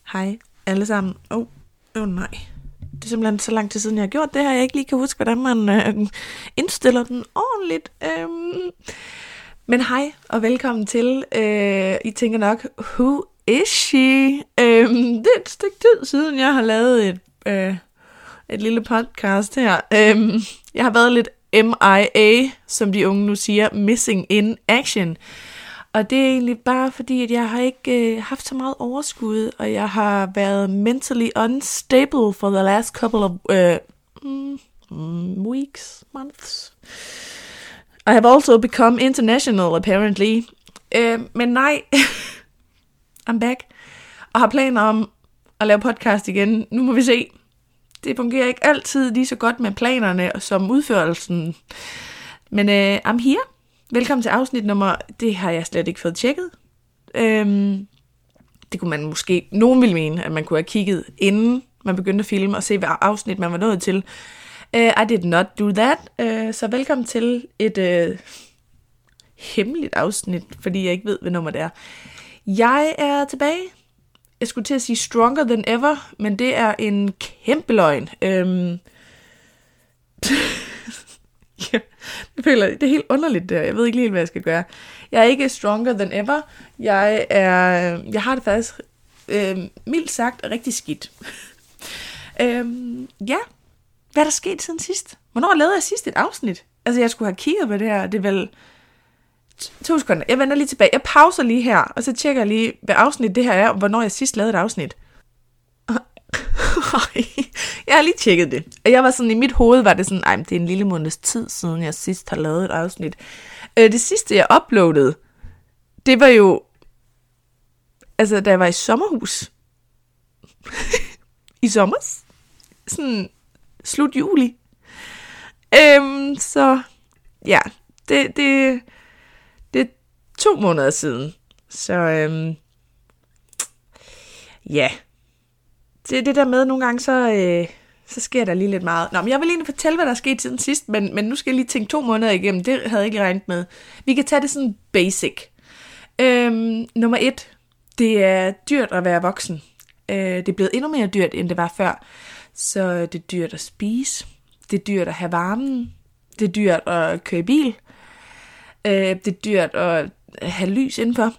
Hej alle sammen. Nej. Det er simpelthen så lang tid siden, jeg har gjort det her. Jeg ikke lige kan huske, hvordan man indstiller den ordentligt. Men hej og velkommen til. I tænker nok, who is she? Det er et stykke tid siden, jeg har lavet et lille podcast her. Jeg har været lidt MIA, som de unge nu siger, missing in action. Og det er egentlig bare fordi, at jeg har ikke haft så meget overskud, og jeg har været mentally unstable for the last couple of weeks, months. I have also become international, apparently. Men nej, I'm back. Og har planer om at lave podcast igen. Nu må vi se. Det fungerer ikke altid lige så godt med planerne som udførelsen. Men I'm here. Velkommen til afsnit nummer... Det har jeg slet ikke fået tjekket. Det kunne man måske... Nogen ville mene, at man kunne have kigget, inden man begyndte at filme, og se, hvad afsnit man var nået til. I did not do that. Så velkommen til et hemmeligt afsnit, fordi jeg ikke ved, hvad nummer det er. Jeg er tilbage. Jeg skulle til at sige stronger than ever, men det er en kæmpe løgn. Ja, det er helt underligt der. Jeg ved ikke helt, hvad jeg skal gøre. Jeg er ikke stronger than ever. Jeg har det faktisk mildt sagt rigtig skidt. Ja, hvad er der sket siden sidst? Hvornår lavede jeg sidst et afsnit? Altså, jeg skulle have kigget på det her. Det er vel 2 sekunder. Jeg vender lige tilbage. Jeg pauser lige her, og så tjekker jeg lige, hvad afsnit det her er, og hvornår jeg sidst lavede et afsnit. Jeg har lige tjekket det. Og jeg var sådan, i mit hoved var det sådan, det er en lille måneds tid siden, jeg sidst har lavet et afsnit. Det sidste, jeg uploadede, det var jo, altså, da jeg var i sommerhus. I sommers. Sådan, slut juli. Så, ja, det er 2 måneder siden. Så, ja. Det der med, nogle gange, så sker der lige lidt meget. Nå, men jeg vil egentlig fortælle, hvad der er sket siden sidst, men nu skal jeg lige tænke 2 måneder igennem. Det havde jeg ikke regnet med. Vi kan tage det sådan basic. Nummer 1. Det er dyrt at være voksen. Det er blevet endnu mere dyrt, end det var før. Så det er dyrt at spise. Det er dyrt at have varmen. Det er dyrt at køre i bil. Det er dyrt at have lys indenfor.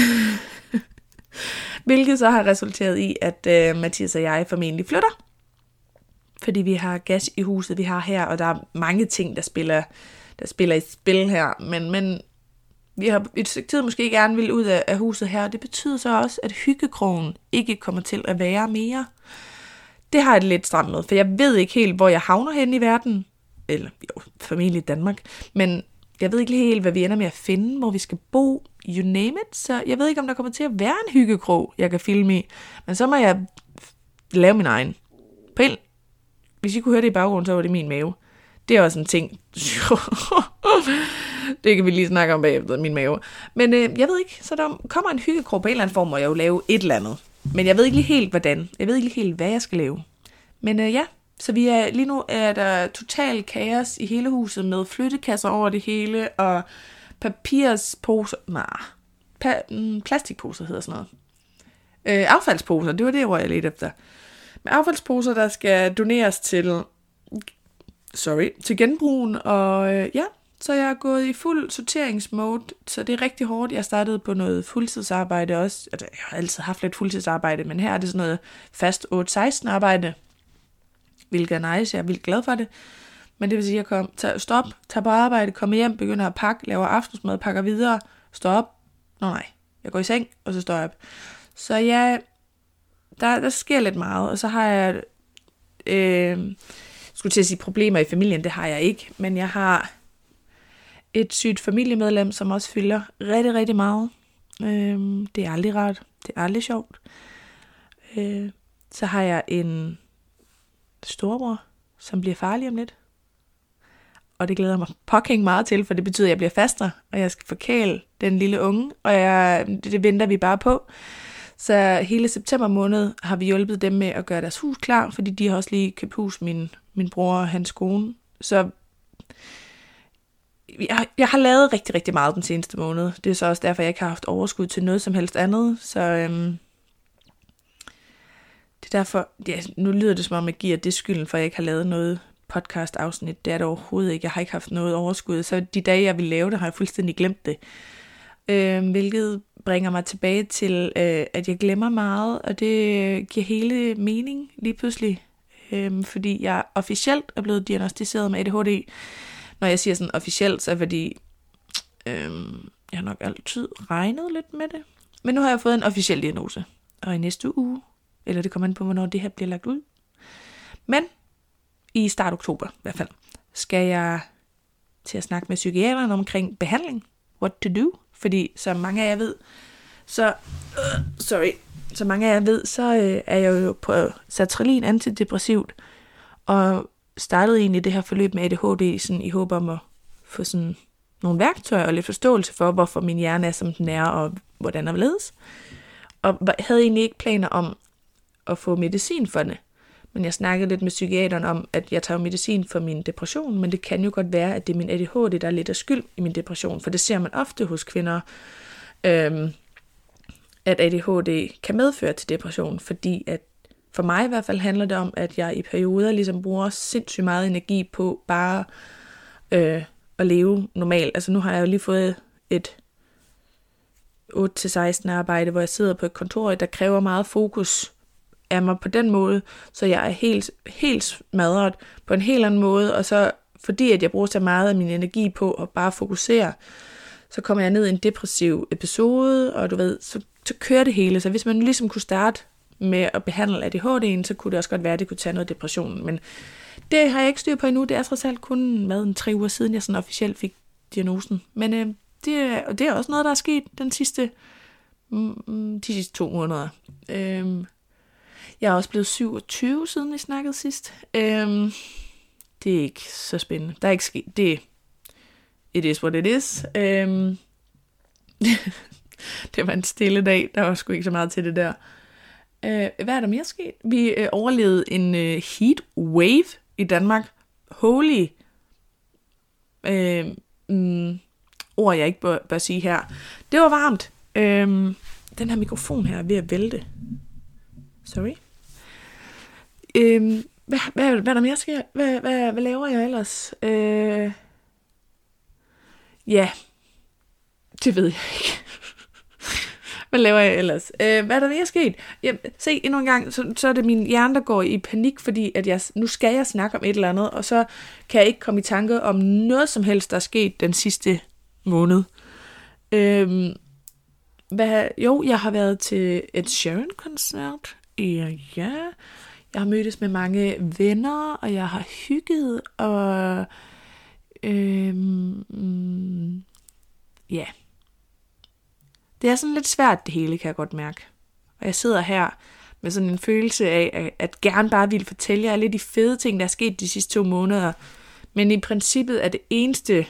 Hvilket så har resulteret i, at Mathias og jeg formentlig flytter. Fordi vi har gas i huset, vi har her, og der er mange ting, der spiller i spil her. Men vi har et stykke tid måske gerne vil ud af huset her, og det betyder så også, at hyggekrogen ikke kommer til at være mere. Det har jeg det lidt stramt med, for jeg ved ikke helt, hvor jeg havner hen i verden. Eller jo, formentlig i Danmark. Men jeg ved ikke helt, hvad vi ender med at finde, hvor vi skal bo, you name it. Så jeg ved ikke, om der kommer til at være en hyggekrog, jeg kan filme i. Men så må jeg lave min egen. Hvis I kunne høre det i baggrunden, så var det min mave. Det er også en ting. Det kan vi lige snakke om bagefter, min mave. Men jeg ved ikke, så der kommer en hyggekrog på en eller anden form, hvor jeg jo lave et eller andet. Men jeg ved ikke lige helt, hvordan. Jeg ved ikke lige helt, hvad jeg skal lave. Men ja. Så lige nu er der total kaos i hele huset med flyttekasser over det hele, og papirsposer, plastikposer hedder sådan noget. Affaldsposer, det var det ord, jeg ledte efter. Med affaldsposer, der skal doneres til genbrugen, og ja, så jeg er gået i fuld sorteringsmode, så det er rigtig hårdt. Jeg startede på noget fuldtidsarbejde også. Altså, jeg har altid haft lidt fuldtidsarbejde, men her er det sådan noget fast 8-16 arbejde. Hvilket er nice, jeg er vildt glad for det. Men det vil sige, at jeg tager på arbejde, kommer hjem, begynder at pakke, laver aftensmad, pakker videre, står op. Jeg går i seng, og så står jeg op. Så ja, der sker lidt meget, og så har jeg, skulle til at sige problemer i familien, det har jeg ikke, men jeg har et sygt familiemedlem, som også fylder rigtig, rigtig meget. Det er aldrig rart, det er aldrig sjovt. Så har jeg en storebror, som bliver farlig om lidt. Og det glæder mig fucking meget til, for det betyder, at jeg bliver faster, og jeg skal forkæle den lille unge, og det venter vi bare på. Så hele september måned har vi hjulpet dem med at gøre deres hus klar, fordi de har også lige købt hus, min bror og hans kone. Så jeg har lavet rigtig, rigtig meget den seneste måned. Det er så også derfor, jeg ikke har haft overskud til noget som helst andet. Så derfor, ja, nu lyder det som om, jeg giver det skylden, for jeg ikke har lavet noget podcast-afsnit. Det er det overhovedet ikke. Jeg har ikke haft noget overskud. Så de dage, jeg vil lave det, har jeg fuldstændig glemt det. Hvilket bringer mig tilbage til, at jeg glemmer meget, og det giver hele mening lige pludselig. Fordi jeg officielt er blevet diagnosticeret med ADHD. Når jeg siger sådan officielt, så er det fordi, jeg har nok altid regnet lidt med det. Men nu har jeg fået en officiel diagnose. Og i næste uge, eller det kommer an på, hvornår det her bliver lagt ud. Men i start oktober i hvert fald, skal jeg til at snakke med psykiateren omkring behandling. What to do? Fordi som mange af jer ved, så er jeg jo på sertralin antidepressivt, og startede egentlig det her forløb med ADHD sådan, i håb om at få sådan nogle værktøjer og lidt forståelse for, hvorfor min hjerne er, som den er, og hvordan der ledes. Og havde egentlig ikke planer om at få medicin for det. Men jeg snakkede lidt med psykiateren om, at jeg tager medicin for min depression, men det kan jo godt være, at det er min ADHD, der er lidt af skyld i min depression, for det ser man ofte hos kvinder, at ADHD kan medføre til depression, fordi at for mig i hvert fald handler det om, at jeg i perioder ligesom bruger sindssygt meget energi på bare at leve normalt. Altså nu har jeg jo lige fået et 8-16 arbejde, hvor jeg sidder på et kontor, der kræver meget fokus af mig på den måde, så jeg er helt smadret på en helt anden måde, og så fordi at jeg bruger så meget af min energi på at bare fokusere, så kommer jeg ned i en depressiv episode, og du ved, så kører det hele. Så hvis man ligesom kunne starte med at behandle ADHD'en, så kunne det også godt være, at det kunne tage noget depression. Men det har jeg ikke styr på endnu. Det er trods alt kun 3 uger siden, jeg sådan officielt fik diagnosen. Men det er også noget, der er sket de sidste 2 måneder. Jeg er også blevet 27, siden vi snakkede sidst. Det er ikke så spændende. Der er ikke sket. It is what it is. Det var en stille dag. Der var sgu ikke så meget til det der. Hvad er der mere sket? Vi overlevede en heat wave i Danmark. Holy. Ord, jeg ikke bør sige her. Det var varmt. Den her mikrofon her er ved at vælte. Sorry. Hvad er der mere sker? Hvad laver jeg ellers? Ja, det ved jeg ikke. Hvad laver jeg ellers? Hvad er der mere sket? Ja, se, endnu en gang, så er det min hjerne, der går i panik, fordi at nu skal jeg snakke om et eller andet, og så kan jeg ikke komme i tanke om noget som helst, der er sket den sidste måned. Jeg har været til et Sharon-koncert. Ja, jeg har mødtes med mange venner, og jeg har hygget, og ja. Det er sådan lidt svært, det hele, kan jeg godt mærke. Og jeg sidder her med sådan en følelse af, at gerne bare ville fortælle jer alle de fede ting, der er sket de sidste 2 måneder. Men i princippet er det eneste,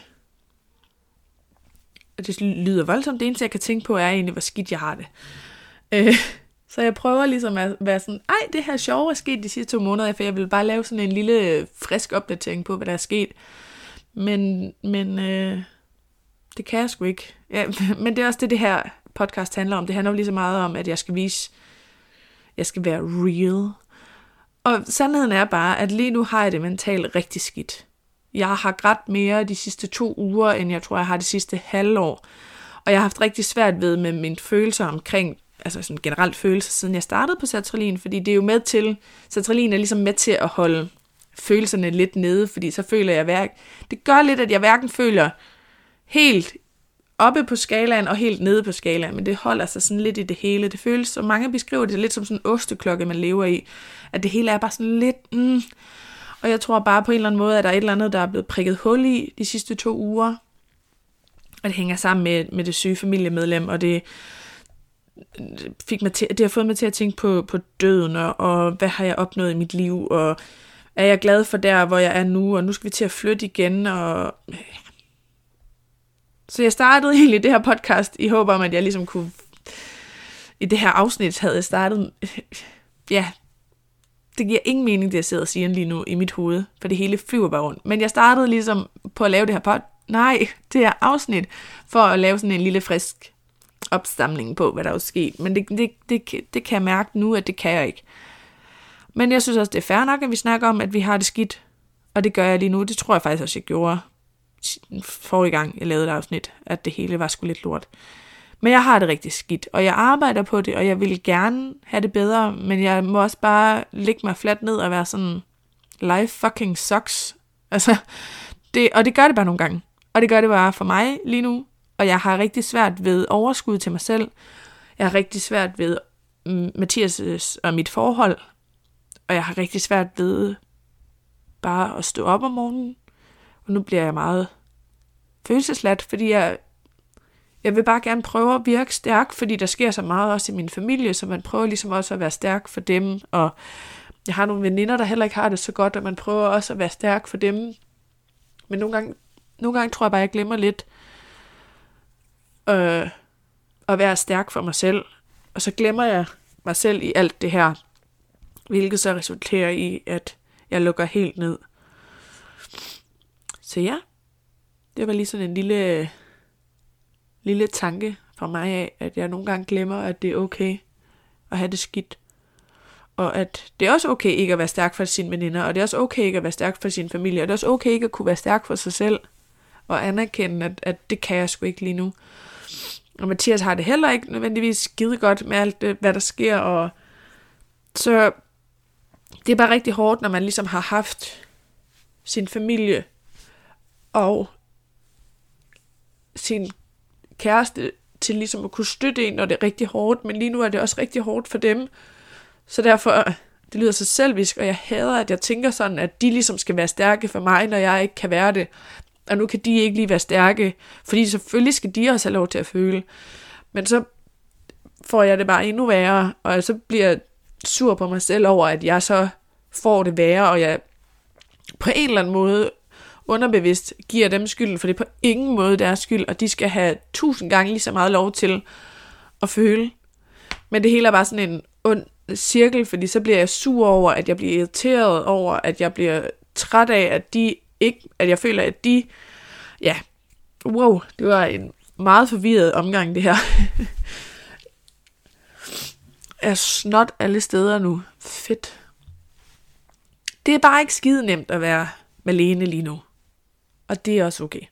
og det lyder voldsomt, det eneste, jeg kan tænke på, er egentlig, hvor skidt jeg har det. Så jeg prøver ligesom at være sådan, det her sjove er sket de sidste 2 måneder, for jeg vil bare lave sådan en lille frisk opdatering på, hvad der er sket. Men det kan jeg sgu ikke. Ja, men det er også det her podcast handler om. Det handler jo lige så meget om, at jeg skal være real. Og sandheden er bare, at lige nu har jeg det mentalt rigtig skidt. Jeg har grædt mere de sidste 2 uger, end jeg tror, jeg har det sidste halvår. Og jeg har haft rigtig svært ved med mine følelser omkring, altså sådan generelt følelser, siden jeg startede på sertralin, fordi det er jo med til, sertralin er ligesom med til at holde følelserne lidt nede, fordi så føler jeg det gør lidt, at jeg hverken føler helt oppe på skalaen og helt nede på skalaen, men det holder sig sådan lidt i det hele. Det føles, som mange beskriver det, lidt som sådan en osteklokke, man lever i, at det hele er bare sådan lidt, og jeg tror bare på en eller anden måde, at der er et eller andet, der er blevet prikket hul i de sidste 2 uger, og det hænger sammen med det syge familiemedlem, og det har fået mig til at tænke på døden, og hvad har jeg opnået i mit liv, og er jeg glad for der, hvor jeg er nu, og nu skal vi til at flytte igen, og så jeg startede egentlig det her podcast i håb om, at jeg ligesom kunne, i det her afsnit havde jeg startet, det giver ingen mening, det jeg sidder og siger lige nu i mit hoved, for det hele flyver bare rundt. Men jeg startede ligesom på at lave det her afsnit, for at lave sådan en lille frisk opsamling på, hvad der er sket. Men det kan jeg mærke nu, at det kan jeg ikke. Men jeg synes også, det er fair nok, at vi snakker om, at vi har det skidt. Og det gør jeg lige nu. Det tror jeg faktisk også, jeg gjorde forrige gang, jeg lavede et afsnit, at det hele var sgu lidt lort. Men jeg har det rigtig skidt, og jeg arbejder på det, og jeg vil gerne have det bedre, men jeg må også bare lægge mig fladt ned og være sådan, life fucking sucks. Altså, det gør det bare nogle gange. Og det gør det bare for mig lige nu. Og jeg har rigtig svært ved overskud til mig selv. Jeg har rigtig svært ved Mathias' og mit forhold. Og jeg har rigtig svært ved bare at stå op om morgenen. Og nu bliver jeg meget følelsesladt, fordi jeg vil bare gerne prøve at virke stærk, fordi der sker så meget også i min familie, så man prøver ligesom også at være stærk for dem. Og jeg har nogle veninder, der heller ikke har det så godt, og man prøver også at være stærk for dem. Men nogle gange tror jeg bare, jeg glemmer lidt at være stærk for mig selv. Og så glemmer jeg mig selv i alt det her, hvilket så resulterer i, at jeg lukker helt ned. Så ja, det var lige sådan en lille tanke fra mig af, at jeg nogle gange glemmer, at det er okay at have det skidt. Og at det er også okay ikke at være stærk for sine veninder, og det er også okay ikke at være stærk for sin familie, og det er også okay ikke at kunne være stærk for sig selv, og anerkende, at det kan jeg sgu ikke lige nu. Og Mathias har det heller ikke nødvendigvis skide godt med alt det, hvad der sker, og så det er bare rigtig hårdt, når man ligesom har haft sin familie og sin kæreste til ligesom at kunne støtte en, når det er rigtig hårdt, men lige nu er det også rigtig hårdt for dem. Så derfor, det lyder så selvisk, og jeg hader, at jeg tænker sådan, at de ligesom skal være stærke for mig, når jeg ikke kan være det. Og nu kan de ikke lige være stærke, fordi selvfølgelig skal de også have lov til at føle. Men så får jeg det bare endnu værre, og så bliver jeg sur på mig selv over, at jeg så får det værre, og jeg på en eller anden måde underbevidst giver dem skylden, for det er på ingen måde deres skyld, og de skal have 1000 gange lige så meget lov til at føle. Men det hele er bare sådan en ond cirkel, fordi så bliver jeg sur over, at jeg bliver irriteret over, at jeg bliver træt af, at jeg føler, at de, ja, wow, det var en meget forvirret omgang, det her. Er snot alle steder nu. Fedt. Det er bare ikke skide nemt at være alene lige nu. Og det er også okay.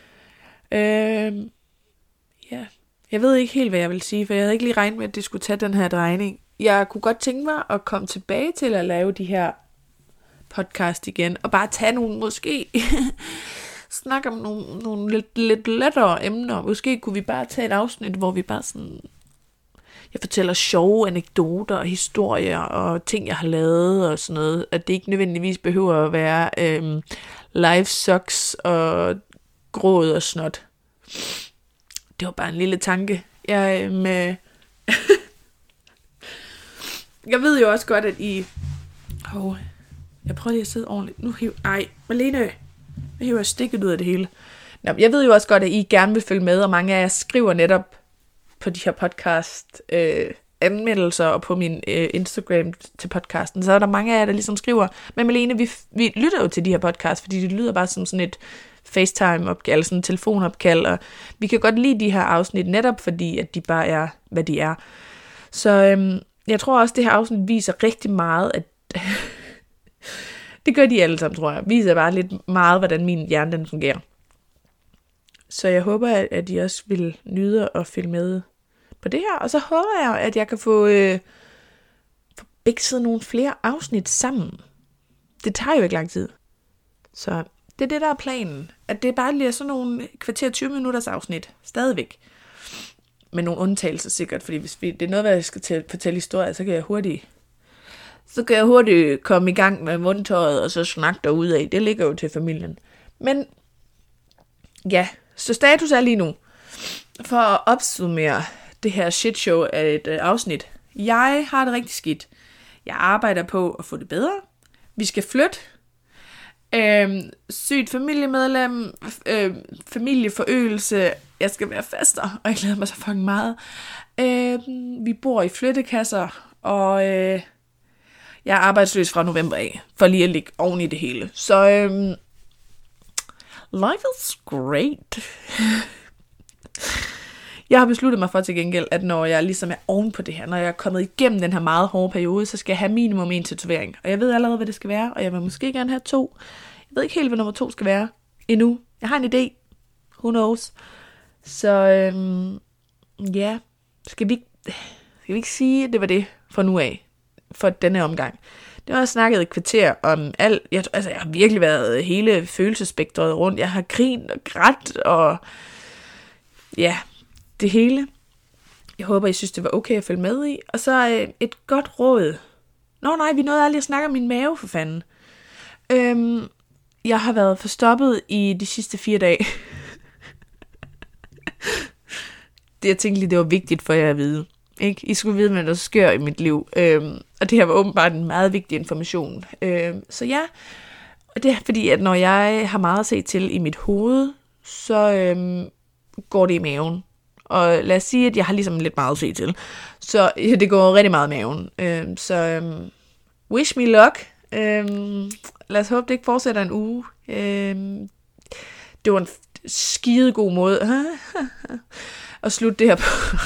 Ja. Jeg ved ikke helt, hvad jeg vil sige, for jeg havde ikke lige regnet med, at det skulle tage den her drejning. Jeg kunne godt tænke mig at komme tilbage til at lave de her podcast igen, og bare tage nogle, måske snakke om nogle lidt lettere emner. Måske kunne vi bare tage et afsnit, hvor vi bare sådan, jeg fortæller sjove anekdoter og historier og ting, jeg har lavet og sådan noget, at det ikke nødvendigvis behøver at være life sucks og gråd og snot. Det var bare en lille tanke. Jeg ved jo også godt, at jeg prøver lige at sidde ordentligt. Malene, jeg hiver stikket ud af det hele. Nå, jeg ved jo også godt, at I gerne vil følge med, og mange af jer skriver netop på de her podcast anmeldelser og på min Instagram til podcasten, så er der mange af jer, der ligesom skriver, men Malene, vi lytter jo til de her podcast, fordi det lyder bare som sådan et FaceTime-opkald, eller sådan et telefonopkald, og vi kan godt lide de her afsnit, netop fordi, at de bare er, hvad de er. Så jeg tror også, det her afsnit viser rigtig meget, at det gør de alle sammen, tror jeg. Viser bare lidt meget, hvordan min hjerne den fungerer. Så jeg håber, at I også vil nyde at følge med på det her. Og så håber jeg, at jeg kan få bikset nogle flere afsnit sammen. Det tager jo ikke lang tid. Så det er det, der er planen. At det bare bliver sådan nogle kvarter 20 minutters afsnit. Stadigvæk. Med nogle undtagelser sikkert. Fordi hvis det er noget, hvad jeg skal fortælle historier, så kan jeg hurtigt komme i gang med mundtøjet, og så snakke derudad. Det ligger jo til familien. Men ja, så status er lige nu. For at opsummere det her shitshow af et afsnit. Jeg har det rigtig skidt. Jeg arbejder på at få det bedre. Vi skal flytte. Sygt familiemedlem. Familieforøgelse. Jeg skal være faster, og jeg glæder mig så fucking meget. Vi bor i flyttekasser, og jeg er arbejdsløs fra november af, for lige at ligge oven i det hele. Så life is great. Jeg har besluttet mig for til gengæld, at når jeg ligesom er oven på det her, når jeg er kommet igennem den her meget hårde periode, så skal jeg have minimum 1 tatovering. Og jeg ved allerede, hvad det skal være, og jeg vil måske gerne have 2. Jeg ved ikke helt, hvad nummer 2 skal være endnu. Jeg har en idé. Who knows? Så ja, skal vi ikke sige, at det var det for nu af, for denne omgang. Det har jeg snakket et kvarter om alt. Jeg har virkelig været hele følelsespektret rundt. Jeg har grint og grædt og ja, det hele. Jeg håber, I synes, det var okay at følge med i. Og så et godt råd. Nej, vi nåede aldrig at snakke om min mave, for fanden. Jeg har været forstoppet i de sidste 4 dage. Jeg tænkte lige, det var vigtigt for jer at vide. Ikke? I skulle vide, hvad der sker i mit liv. Og det her var åbenbart en meget vigtig information. Så ja, og det er fordi, at når jeg har meget at se til i mit hoved, så går det i maven. Og lad os sige, at jeg har ligesom lidt meget at se til. Så ja, det går rigtig meget i maven. Wish me luck. Lad os håbe, det ikke fortsætter en uge. Det var en skide god måde at slutte det her på.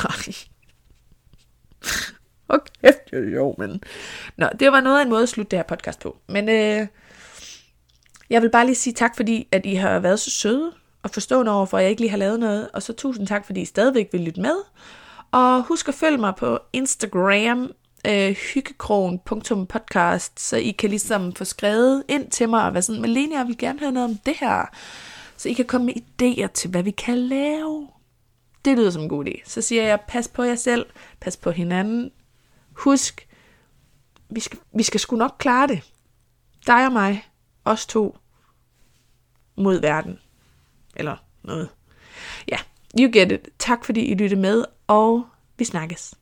Okay, jo, men... Nå, det var noget af en måde at slutte det her podcast på. Men jeg vil bare lige sige tak, fordi at I har været så søde og forstående over, for at jeg ikke lige har lavet noget. Og så tusind tak, fordi I stadigvæk vil lytte med. Og husk at følge mig på Instagram, hyggekrogen.podcast, så I kan ligesom få skrevet ind til mig og være sådan, Malene, jeg vil gerne høre noget om det her. Så I kan komme med idéer til, hvad vi kan lave. Det lyder som en god idé. Så siger jeg, pas på jer selv, pas på hinanden. Husk, vi skal sgu nok klare det. Dig og mig, os 2, mod verden. Eller noget. Ja, you get it. Tak fordi I lyttede med, og vi snakkes.